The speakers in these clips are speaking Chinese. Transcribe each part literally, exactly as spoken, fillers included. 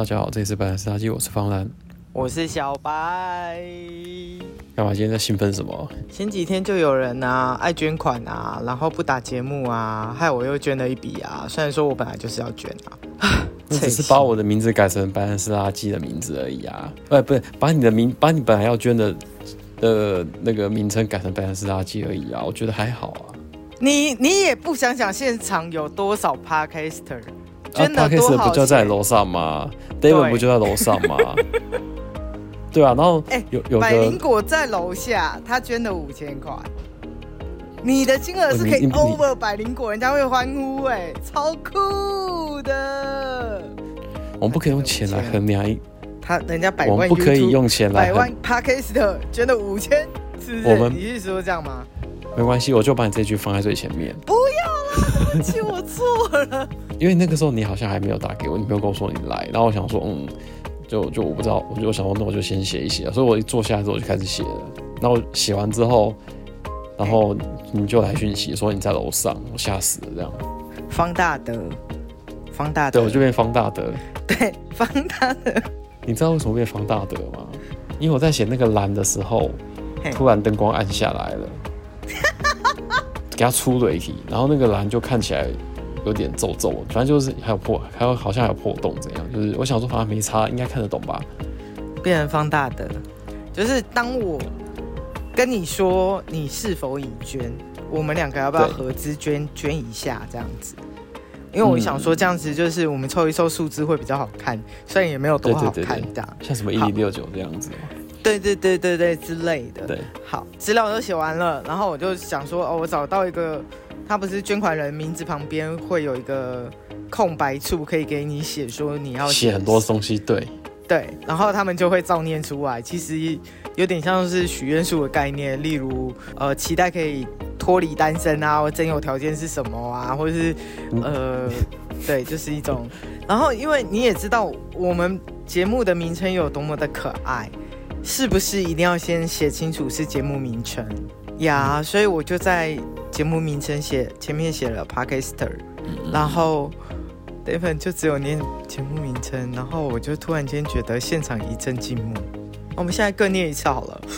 家好，这里是白兰斯垃圾，我是方兰， 我是小白。 干嘛今天在兴奋什么？ 前几天就有人啊爱捐款啊，然后不打节目啊，害我又捐了一笔啊。虽然说我本来就是要捐啊， 你只是把我的名字改成白兰斯垃圾的名字而已啊，呃，不是把你的名，把你本来要捐的的那个名称改成白兰斯垃圾而已啊，我觉得还好啊。 你你也不想想现场有多少 podcaster 捐的多好钱，啊 Podcaster 不就在楼上吗 ？David 不就在楼上吗？对啊，然后哎、欸， 有有百灵果在楼下，他捐了五千块，你的金额是可以 over 百灵果，人家会欢呼哎、欸，超酷的。 我们不可以用钱来衡量一， 他人家百万 YouTube, 我们不可以用钱来百万 Podcast 捐了五千，是不是？我们你是说这样吗？ 没关系，我就把你这句放在最前面。 不要啦，对不起，我错了。 因为那个时候你好像还没有打给我，你没有跟我说你来，然后我想说，嗯。就就我不知道，我就想说，那我就先写一写，所以我一坐下来之后我就开始写了。然后写完之后，然后你就来讯息说你在楼上，我吓死了这样。 方大德，方大德， 对，我就变方大德。 对，方大德。 你知道为什么变方大德吗？因为我在写那个栏的时候，突然灯光暗下来了，给它出了一题，然后那个栏就看起来有点皱皱，反正就是还有破，还有好像还有破洞怎样？就是我想说，反正没差，应该看得懂吧？ 变成方大德，就是当我跟你说你是否已捐，我们两个要不要合资捐捐一下这样子？因为我想说这样子就是我们凑一凑数字会比较好看，虽然也没有多好看这样， 像什么一零六九这样子。 对对对对对之类的。 对， 好，资料都写完了，然后我就想说，哦，我找到一个。他不是捐款人名字旁边会有一个空白处，可以给你写说你要写很多东西，对对，然后他们就会照念出来。其实有点像是许愿树的概念，例如呃期待可以脱离单身啊，或真有条件是什么啊，或者是呃对，就是一种。然后因为你也知道我们节目的名称有多么的可爱，是不是一定要先写清楚是节目名称呀？ Yeah, 所以我就在节目名称写前面写了 Podcaster， 然后 David 就只有念节目名称，然后我就突然间觉得现场一阵静默。我们现在各念一次好了。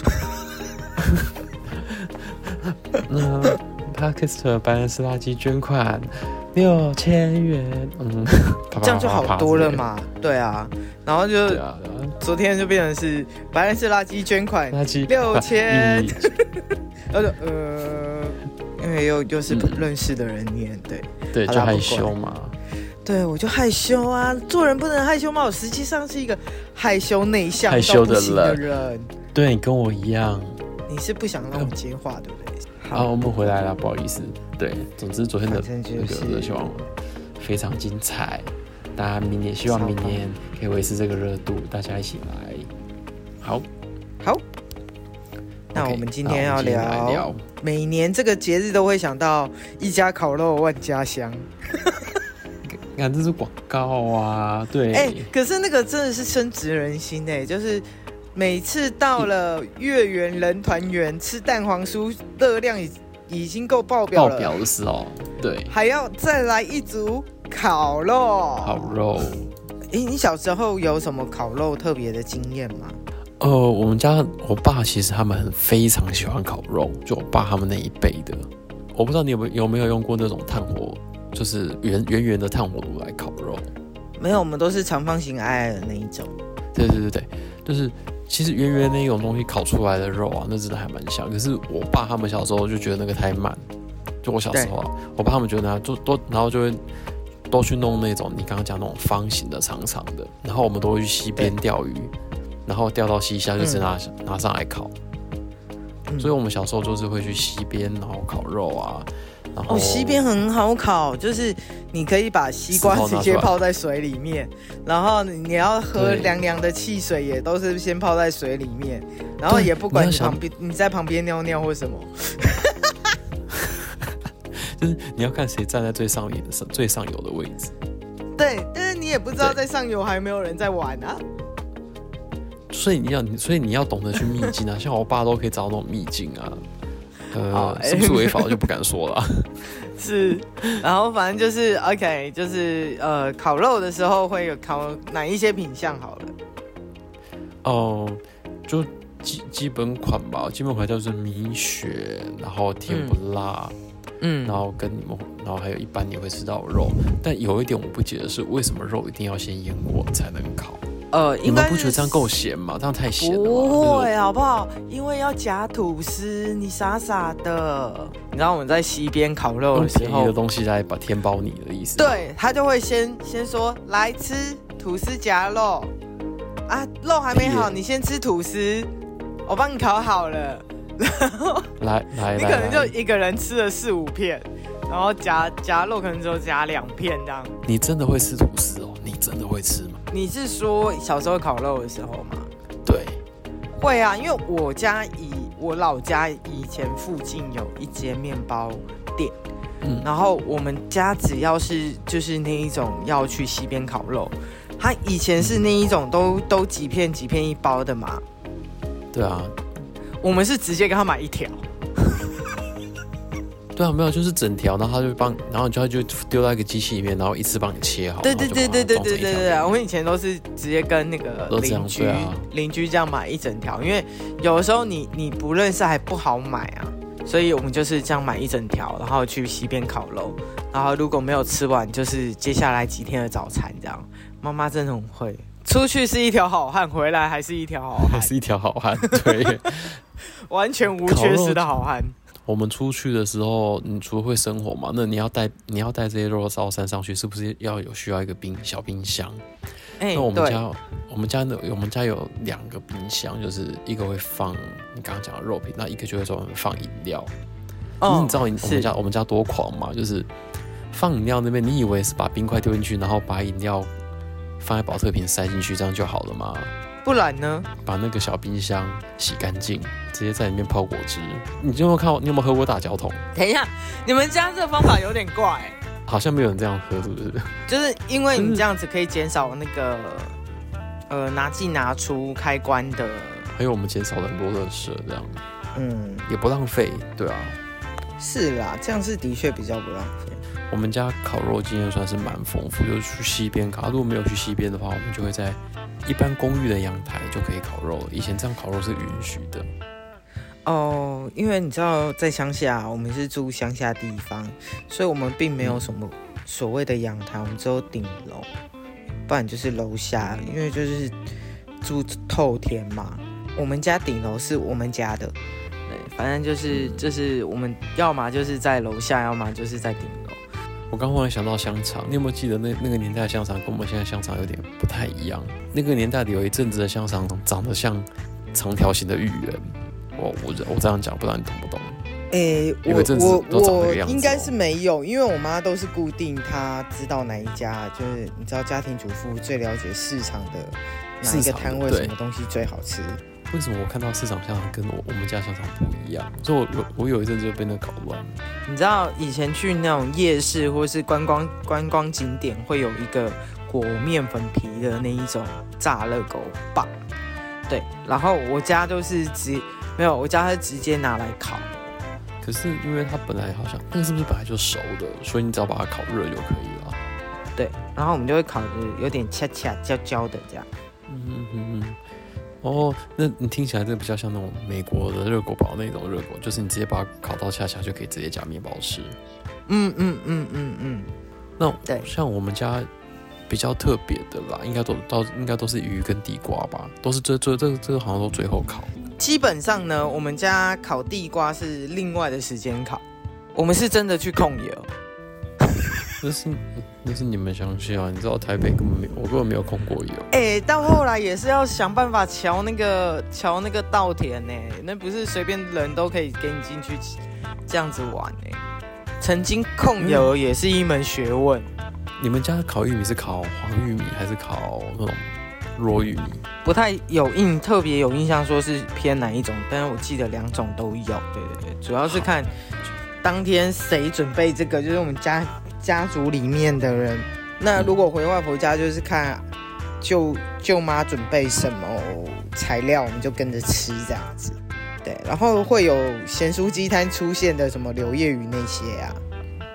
那 Podcaster 白兰斯垃圾捐款六千元，嗯， 这样就好多了嘛？对啊，然后就、啊、昨天就变成是白兰斯垃圾捐款六千，然后就呃。因为又又是认识的人念，嗯、对对，就害羞嘛。 对，我就害羞啊，做人不能害羞嘛。我实际上是一个害羞内向、 害羞的人, 的人。 对，你跟我一样。 你是不想让我接话，对不对？ 好，我们回来了，不好意思。对，总之昨天的那个热血网非常精彩，大家明年希望明年可以维持这个热度，大家一起来。好， 好。那我们今天要聊， okay, 聊每年这个节日都会想到一家烤肉万家香。 看这是广告啊，对。 哎、欸，可是那个真的是深植人心哎、欸，就是每次到了月圆人团圆，吃蛋黄酥热量已已经够爆表了， 爆表的时候，对， 还要再来一组烤肉。 烤肉， 哎、欸，你小时候有什么烤肉特别的经验吗？ 呃，我们家我爸其实他们很非常喜欢烤肉，就我爸他们那一辈的。我不知道你有没有有没有用过那种炭火，就是圆圆圆的炭火炉来烤肉。 没有，我们都是长方形矮矮的那一种。 对对对对，就是其实圆圆那一种东西烤出来的肉啊，那真的还蛮香。可是我爸他们小时候就觉得那个太慢，就我小时候啊，我爸他们觉得呢，就都然后就会都去弄那种你刚刚讲那种方形的长长的，然后我们都会去溪边钓鱼。然后钓到溪下就直接拿、嗯、拿上来烤、嗯，所以我们小时候就是会去溪边，然后烤肉啊。然后哦，溪边很好烤，就是你可以把西瓜直接泡在水里面，然后你要喝凉凉的汽水也都是先泡在水里面，然后也不管你旁边你在旁边尿尿或什么， 就是你要看谁站在最上面的最上游的位置。 对，但是你也不知道在上游还没有人在玩啊。 所以你要，所以你要懂得去秘境啊，像我爸都可以找到那种秘境啊，呃，是不是违法我就不敢说了、啊。 是，然后反正就是 OK， 就是呃，烤肉的时候会有烤哪一些品项好了？ 哦、呃，就基基本款吧，基本款就是米血，然后甜不辣，嗯，然后跟你们，然后还有一般你会吃到肉，但有一点我不解的是，为什么肉一定要先腌过才能烤？ 呃， 你们不觉得这样够咸吗？这样太咸了吗？ 不会，好不好？因为要夹吐司，你傻傻的。你知道我们在西边烤肉的时候， 用便宜的东西来把填饱你的意思。 对，他就会先先说来吃吐司夹肉啊，肉还没好，你先吃吐司，我帮你烤好了。 来来， 你可能就一个人吃了四五片，然后夹夹肉可能只有夹两片这样。 你真的会吃吐司哦？你真的会吃吗？ 你是说小时候烤肉的时候吗？ 对， 会啊，因为我家以我老家以前附近有一间面包店，嗯，然后我们家只要是就是那一种要去西边烤肉，它以前是那一种都都几片几片一包的嘛。 对啊， 我们是直接跟他买一条。 对啊，没有，就是整条，然后他就帮，然后你就他就丢到一个机器里面，然后一次帮你切好。 对对对对对对对对，我们以前都是直接跟那个邻居邻、啊、居这样买一整条，因为有的时候你你不认识还不好买啊，所以我们就是这样买一整条，然后去西边烤肉，然后如果没有吃完，就是接下来几天的早餐这样。妈妈真的很会，出去是一条好汉，回来还是一条好汉， 还是一条好汉，对， 完全无缺失的好汉。 我们出去的时候，你除了会生火嘛，那你要带你要带这些肉到山上去，是不是要有需要一个冰小冰箱？欸、那我们家我们家我们家有两个冰箱，就是一个会放你刚刚讲的肉品，那一个就会专门放饮料。哦，你知道我们家我们家多狂吗？就是放饮料那边，你以为是把冰块丢进去，然后把饮料放在保特瓶塞进去，这样就好了吗？ 不然呢？ 把那个小冰箱洗干净，直接在里面泡果汁。你有没有看？你有没有喝过大脚桶？ 等一下，你们家这个方法有点怪、欸， 好像没有人这样喝，是不是？ 就是因为你这样子可以减少那个呃拿进拿出开关的， 还有我们减少了很多垃圾，这样，嗯，也不浪费，对啊。 是啦，这样是的确比较不浪费。 我们家烤肉经验算是蛮丰富，就是去西边烤。如果没有去西边的话，我们就会在一般公寓的阳台就可以烤肉了。以前这样烤肉是允许的。 哦，因为你知道在乡下，我们是住乡下地方，所以我们并没有什么所谓的阳台，我们只有顶楼，不然就是楼下，因为就是住透天嘛。我们家顶楼是我们家的，对，反正就是就是我们要么就是在楼下，要么就是在顶楼。 我刚忽然想到香肠，你有没有记得那那个年代的香肠跟我们现在香肠有点不太一样？那个年代里有一阵子的香肠长得像长条形的芋圆，我我我这样讲，不知道你懂不懂？ 诶、欸，我我我应该是没有，因为我妈都是固定，她知道哪一家，就是你知道家庭主妇最了解市场的哪一个摊位什么东西最好吃。 为什么我看到市场香肠跟我我们家香肠不一样？所以我我有一阵子就被那搞乱。 你知道以前去那种夜市或是观光观光景点，会有一个裹面粉皮的那一种炸热狗棒，对，然后我家都是直没有，我家是直接拿来烤。 可是因为它本来好像那个是不是本来就熟的，所以你只要把它烤热就可以了。 对，然后我们就会烤的有点恰恰焦焦的这样。 嗯嗯嗯嗯。哦，那你听起来这个比较像那种美国的热狗堡那种热狗，就是你直接把它烤到恰恰就可以直接夹面包吃。嗯嗯嗯嗯嗯。那像我们家比较特别的啦，应该都到应该都是鱼跟地瓜吧，都是这这这这个好像都最后烤。 基本上呢，我们家烤地瓜是另外的时间烤，我们是真的去控油。 那是那是你们乡下，你知道台北根本没有，我根本没有控过油。 哎、欸，到后来也是要想办法瞧那个瞧那个稻田呢、欸，那不是随便人都可以给你进去这样子玩哎、欸。曾经控油也是一门学问。嗯、 你们家烤玉米是烤黄玉米还是烤那种糯玉米？ 不太有印特别有印象说是偏哪一种，但是我记得两种都有。对对对，主要是看当天谁准备这个，就是我们家。家族里面的人，那如果回外婆家，就是看舅舅妈准备什么材料，我们就跟着吃这样子。对，然后会有咸酥鸡摊出现的什么柳叶鱼那些啊。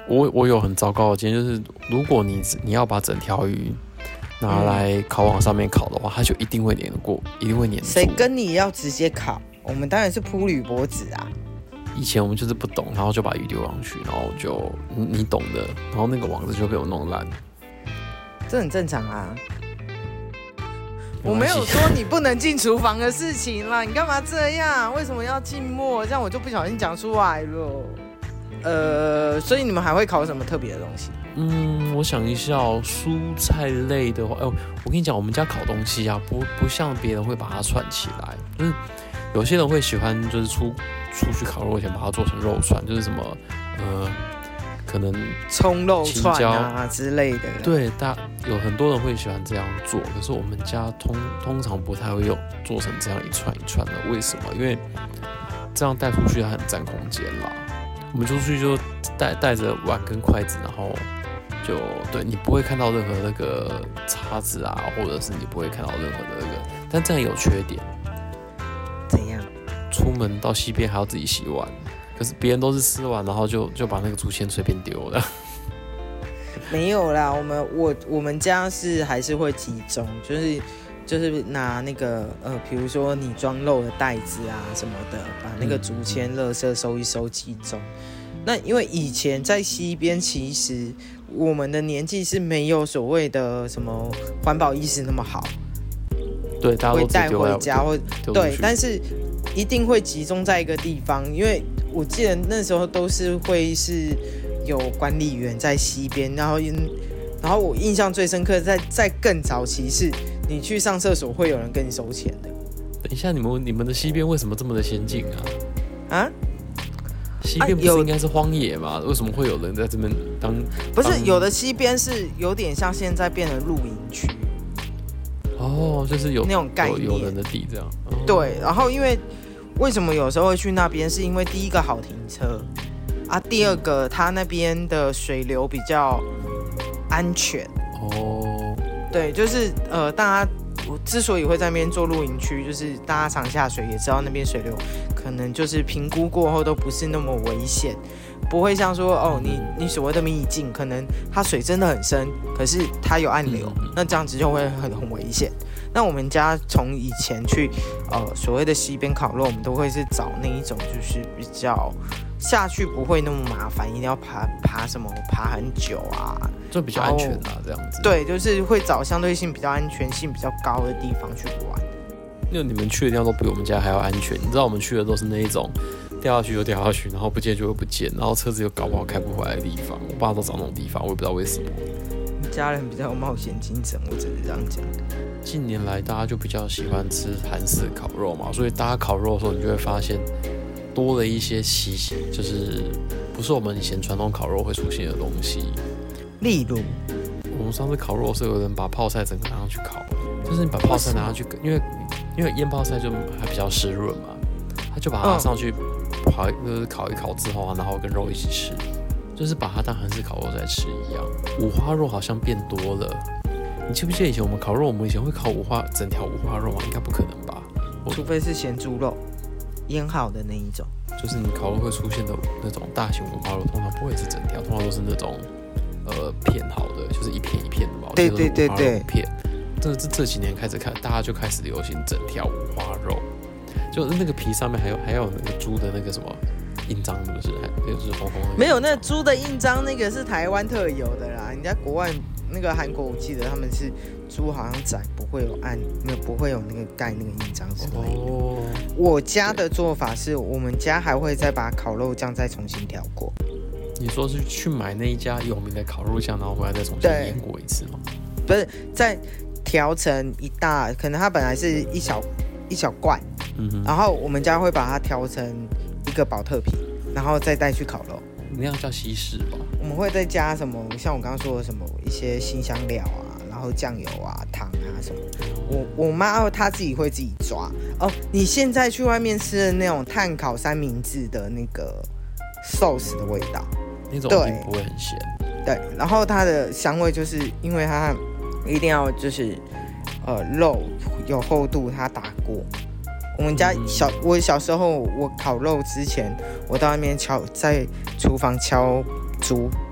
我我有很糟糕的经验，就是如果你你要把整条鱼拿来烤网上面烤的话，它就一定会粘过，一定会粘住。 谁跟你要直接烤？我们当然是铺铝箔纸啊。 以前我们就是不懂，然后就把鱼丢上去，然后就 你, 你懂的，然后那个网子就被我弄烂。 这很正常啊。我没有说你不能进厨房的事情啦，你干嘛这样？为什么要静默？这样我就不小心讲出来了。呃，所以你们还会烤什么特别的东西？ 嗯，我想一下哦，蔬菜类的话，哎、欸，我跟你讲，我们家烤东西啊，不不像别人会把它串起来，就是有些人会喜欢，就是出出去烤肉前把它做成肉串，就是什么呃，可能葱肉串啊之类的。 对，大有很多人会喜欢这样做，可是我们家通通常不太会有做成这样一串一串的，为什么？因为这样带出去它很占空间啦。我们出去就带带着碗跟筷子，然后就对你不会看到任何那个叉子啊，或者是你不会看到任何的那个，但这样有缺点。 怎样？ 出门到西边还要自己洗碗，可是别人都是吃完然后就就把那个竹签随便丢了。 没有啦，我们我我们家是还是会集中，就是就是拿那个呃，比如说你装肉的袋子啊什么的，把那个竹签、垃圾收一收集中。那因为以前在西边，其实我们的年纪是没有所谓的什么环保意识那么好， 对，大家都会带回家或对，但是一定会集中在一个地方，因为我记得那时候都是会是有管理员在西边，然后然后我印象最深刻在在更早期是你去上厕所会有人跟你收钱的。 等一下，你们你们的西边为什么这么的先进啊？ 啊？ 西边不是应该是荒野吗？啊、为什么会有人在这边当？ 不是，有的西边是有点像现在变成露营区。 哦，就是有那种概念， 有, 有人的地这样。哦、 对，然后因为为什么有时候会去那边，是因为第一个好停车啊，第二个它那边的水流比较安全。 哦， 对，就是呃，大家我之所以会在那边做露营区，就是大家常下水也知道那边水流可能就是评估过后都不是那么危险，不会像说哦，你你所谓的秘境，可能它水真的很深，可是它有暗流，嗯、那这样子就会很很危险。那我们家从以前去呃所谓的西边烤肉，我们都会是找那一种就是比较下去不会那么麻烦，一定要爬爬什么爬很久啊， 就比较安全啊，这样子。 对，就是会找相对性比较安全性比较高的地方去玩。 因为你们去的地方都比我们家还要安全，你知道我们去的都是那一种掉下去就掉下去，然后不见就会不见，然后车子又搞不好开不回来的地方。我爸都找那种地方，我也不知道为什么。 你家人比较有冒险精神，我只是这样讲。 近年来大家就比较喜欢吃韩式烤肉嘛，所以大家烤肉的时候，你就会发现多了一些奇奇，就是不是我们以前传统烤肉会出现的东西。 例如， 我们上次烤肉的时候，有人把泡菜整个拿上去烤，就是你把泡菜拿上去，因为因为腌泡菜就还比较湿润嘛，他就把它上去烤，就是烤一烤之后啊，然后跟肉一起吃，就是把它当韩式烤肉在吃一样。五花肉好像变多了，你记不记得以前我们烤肉，我们以前会烤五花整条五花肉吗？应该不可能吧？ 除非是咸猪肉，腌好的那一种。 就是你烤肉会出现的那种大型五花肉，通常不会是整条，通常都是那种呃片好的，就是一片一片的嘛。 对对对对， 片。这这这几年开始看，大家就开始流行整条五花肉，就那个皮上面还有还有那个猪的那个什么印章，是不是？还就是红红的。 没有，那猪的印章那个是台湾特有的啦，人家国外那个韩国我记得他们是猪好像宰不会有按，没有不会有那个盖那个印章之类的。哦，我家的做法是我们家还会再把烤肉酱再重新调过。 你说是去买那一家有名的烤肉酱，然后回来再重新腌过一次吗？ 不是，再调成一大，可能它本来是一小一小罐，嗯哼，然后我们家会把它调成一个保特瓶，然后再带去烤肉。 那样叫西式吧？ 我们会再加什么？像我刚刚说的什么一些辛香料啊，然后酱油啊、糖啊什么。我我妈她自己会自己抓哦。你现在去外面吃的那种炭烤三明治的那个寿司的味道， 那种一定不会很咸。 对，然后它的香味就是因为它一定要就是呃肉有厚度，它打过。我们家小我小时候我烤肉之前，我到那边敲在厨房敲猪，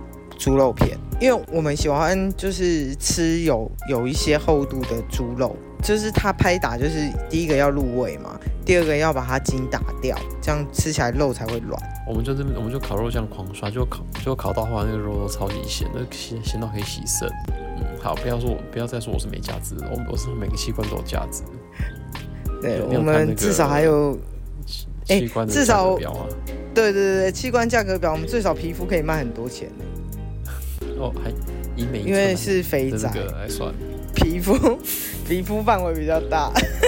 猪肉片，因为我们喜欢就是吃有有一些厚度的猪肉，就是它拍打就是第一个要入味嘛，第二个要把它筋打掉，这样吃起来肉才会软。 我们就这我们就烤肉这样狂刷，就烤就烤到后来那个肉都超级咸，那咸咸到可以洗肾。嗯，好，不要说不要再说我是没价值，我我是每个器官都有价值。 对，我们至少还有。 器官的价格表啊， 对对对，器官价格表，我们最少皮肤可以卖很多钱的。 哦，还以每一因为是肥仔来算， 皮肤皮肤范围比较大。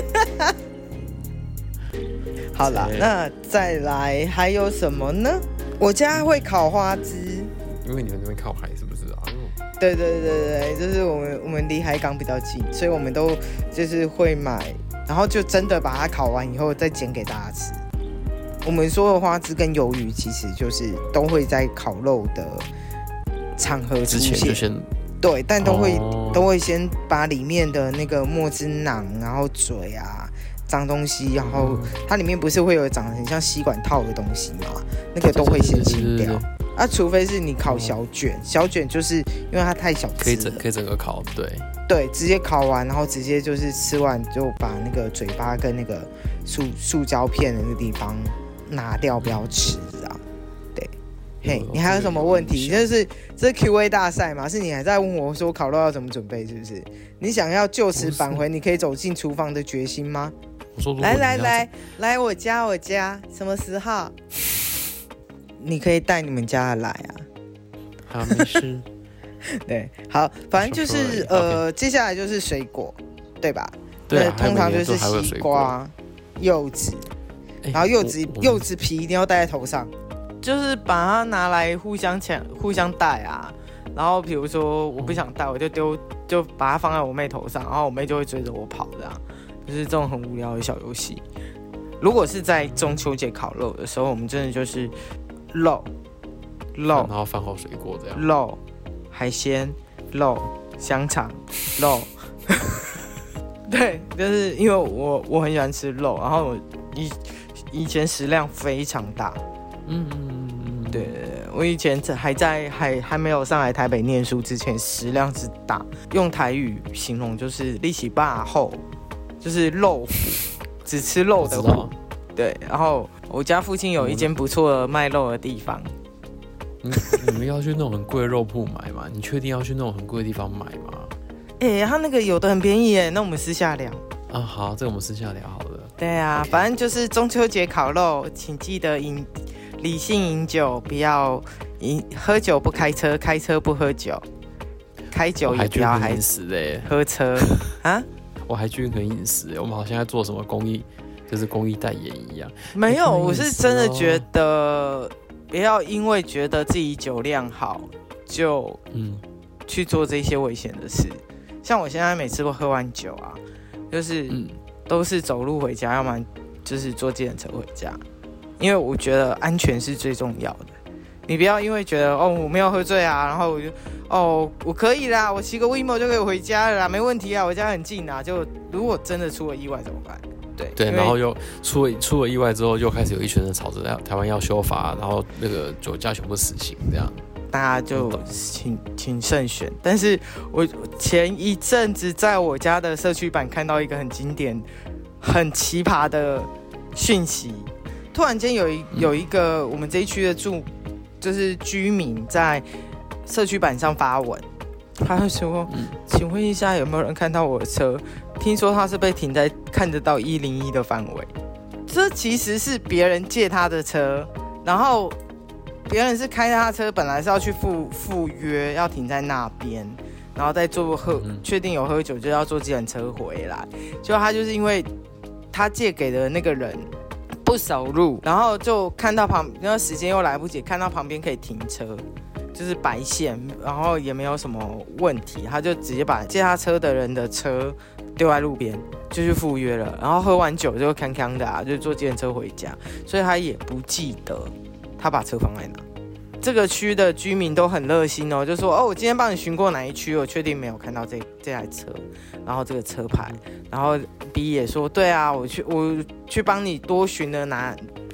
好啦，那再来还有什么呢？我家会烤花枝， 因为你们那边靠海是不是啊？ 对对对对，就是我们我们离海港比较近，所以我们都就是会买，然后就真的把它烤完以后再煎给大家吃。我们说的花枝跟鱿鱼，其实就是都会在烤肉的场合出现，之前就先对，但都会、哦、都会先把里面的那个墨汁囊，然后嘴啊、脏东西，然后它里面不是会有长得很像吸管套的东西吗？那个都会先清掉。啊，除非是你烤小卷，小卷就是因为它太小只了， 可以整可以整个烤，对对，直接烤完，然后直接就是吃完就把那个嘴巴跟那个塑塑胶片的那个地方拿掉，不要吃啊。对，嘿，你还有什么问题？就是这 Q A 大赛嘛，是你还在问我说烤肉要怎么准备，是不是？你想要就此返回你可以走进厨房的决心吗？ 我说来来来来我家我家，什么时候？你可以带你们家的来啊。 好，没事。 对，好，反正就是呃，接下来就是水果，对吧？ 对、啊， 通常就是西瓜、柚子，然后柚子柚子皮一定要戴在头上，就是把它拿来互相抢、互相戴啊。然后比如说我不想戴，我就丢，就把它放在我妹头上，然后我妹就会追着我跑，这样就是这种很无聊的小游戏。如果是在中秋节烤肉的时候，我们真的就是肉、肉， 然后饭后水果这样， 肉、海鲜、肉、香肠、肉。对，就是因为我我很喜欢吃肉，然后我以以前食量非常大。嗯嗯嗯，对，我以前还在还还没有上来台北念书之前，食量是大，用台语形容就是力气霸厚，就是肉虎，只吃肉的虎。对，然后我家附近有一间不错的卖肉的地方。 你你们要去那种很贵的肉铺买吗？你确定要去那种很贵的地方买吗？ 哎、欸，他那个有的很便宜耶，那我们私下聊啊。好，这个我们私下聊好了。 对啊，反正就是中秋节烤肉，请记得饮理性饮酒，不要饮喝酒不开车，开车不喝酒，开酒也不要还喝车啊。 我还均衡饮食，我们好像在做什么公益，就是公益代言一样。 没有，我是真的觉得不要因为觉得自己酒量好就嗯去做这些危险的事。像我现在每次都喝完酒啊，就是、嗯、都是走路回家，要不然就是坐计程车回家，因为我觉得安全是最重要的。你不要因为觉得哦我没有喝醉啊，然后我就哦我可以啦，我骑个 Wimo 就可以回家了啦，没问题啊，我家很近啊。就如果真的出了意外怎么办？对对，然后又出了出了意外之后，又开始有一群人吵着台湾要修法，然后那个酒驾全部死刑这样。 大家就请请慎选。但是我前一阵子在我家的社区版看到一个很经典、很奇葩的讯息，突然间有一有一个我们这一区的住就是居民在社区版上发文，他就说：“请问一下有没有人看到我的车？听说他是被停在看得到一零一的范围。”这其实是别人借他的车，然后。别人是开他车，本来是要去赴赴约，要停在那边，然后再坐喝，确定有喝酒就要坐计程车回来。结果他就是因为他借给的那个人不熟路，然后就看到旁，然后时间又来不及，看到旁边可以停车，就是白线，然后也没有什么问题，他就直接把借他车的人的车丢在路边，就去赴约了。然后喝完酒就康康的啊，就坐计程车回家，所以他也不记得。他把车放在哪？这个区的居民都很热心哦，就说：“哦，我今天帮你巡过哪一区，我确定没有看到这这台车，然后这个车牌。”然后 B 也说：“对啊，我去我去帮你多巡了哪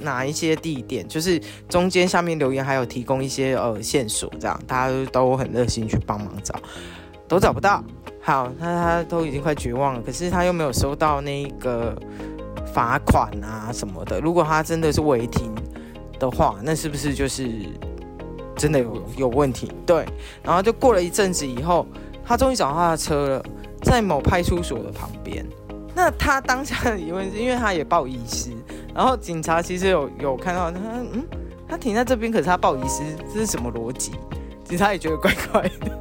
哪一些地点，就是中间下面留言还有提供一些呃线索，这样大家都很热心去帮忙找，都找不到。好，他他都已经快绝望了，可是他又没有收到那个罚款啊什么的。如果他真的是违停的话，那是不是就是真的有有问题？对，然后就过了一阵子以后，他终于找到他的车了，在某派出所的旁边。那他当下的疑问是因为他也报遗失，然后警察其实有有看到他，嗯，他停在这边，可是他报遗失，这是什么逻辑？警察也觉得怪怪的。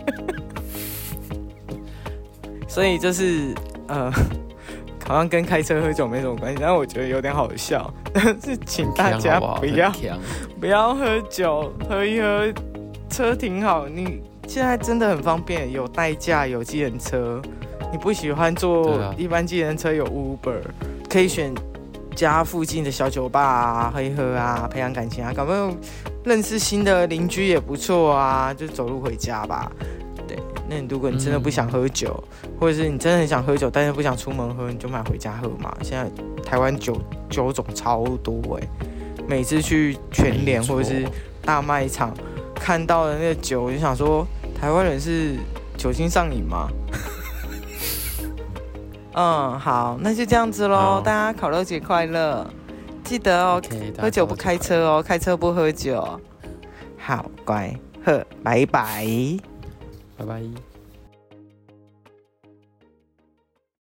所以就是呃，好像跟开车喝酒没什么关系，但是我觉得有点好笑。但是请大家不要不要喝酒，喝一喝，车停好。你现在真的很方便，有代驾，有计程车。你不喜欢坐一般计程车，有 Uber， 可以选家附近的小酒吧啊，喝一喝啊，培养感情啊，搞不好认识新的邻居也不错啊，就走路回家吧。对，那你如果你真的不想喝酒，嗯、或者是你真的很想喝酒，但是不想出门喝，你就买回家喝嘛。现在台湾酒酒种超多哎、欸，每次去全联或者是大卖场看到的那个酒，我就想说，台湾人是酒精上瘾吗？嗯，好，那就这样子咯，大家烤肉节快乐，记得哦， okay, 喝酒不开车哦，开车不喝酒。好，乖，喝，拜拜， 拜拜。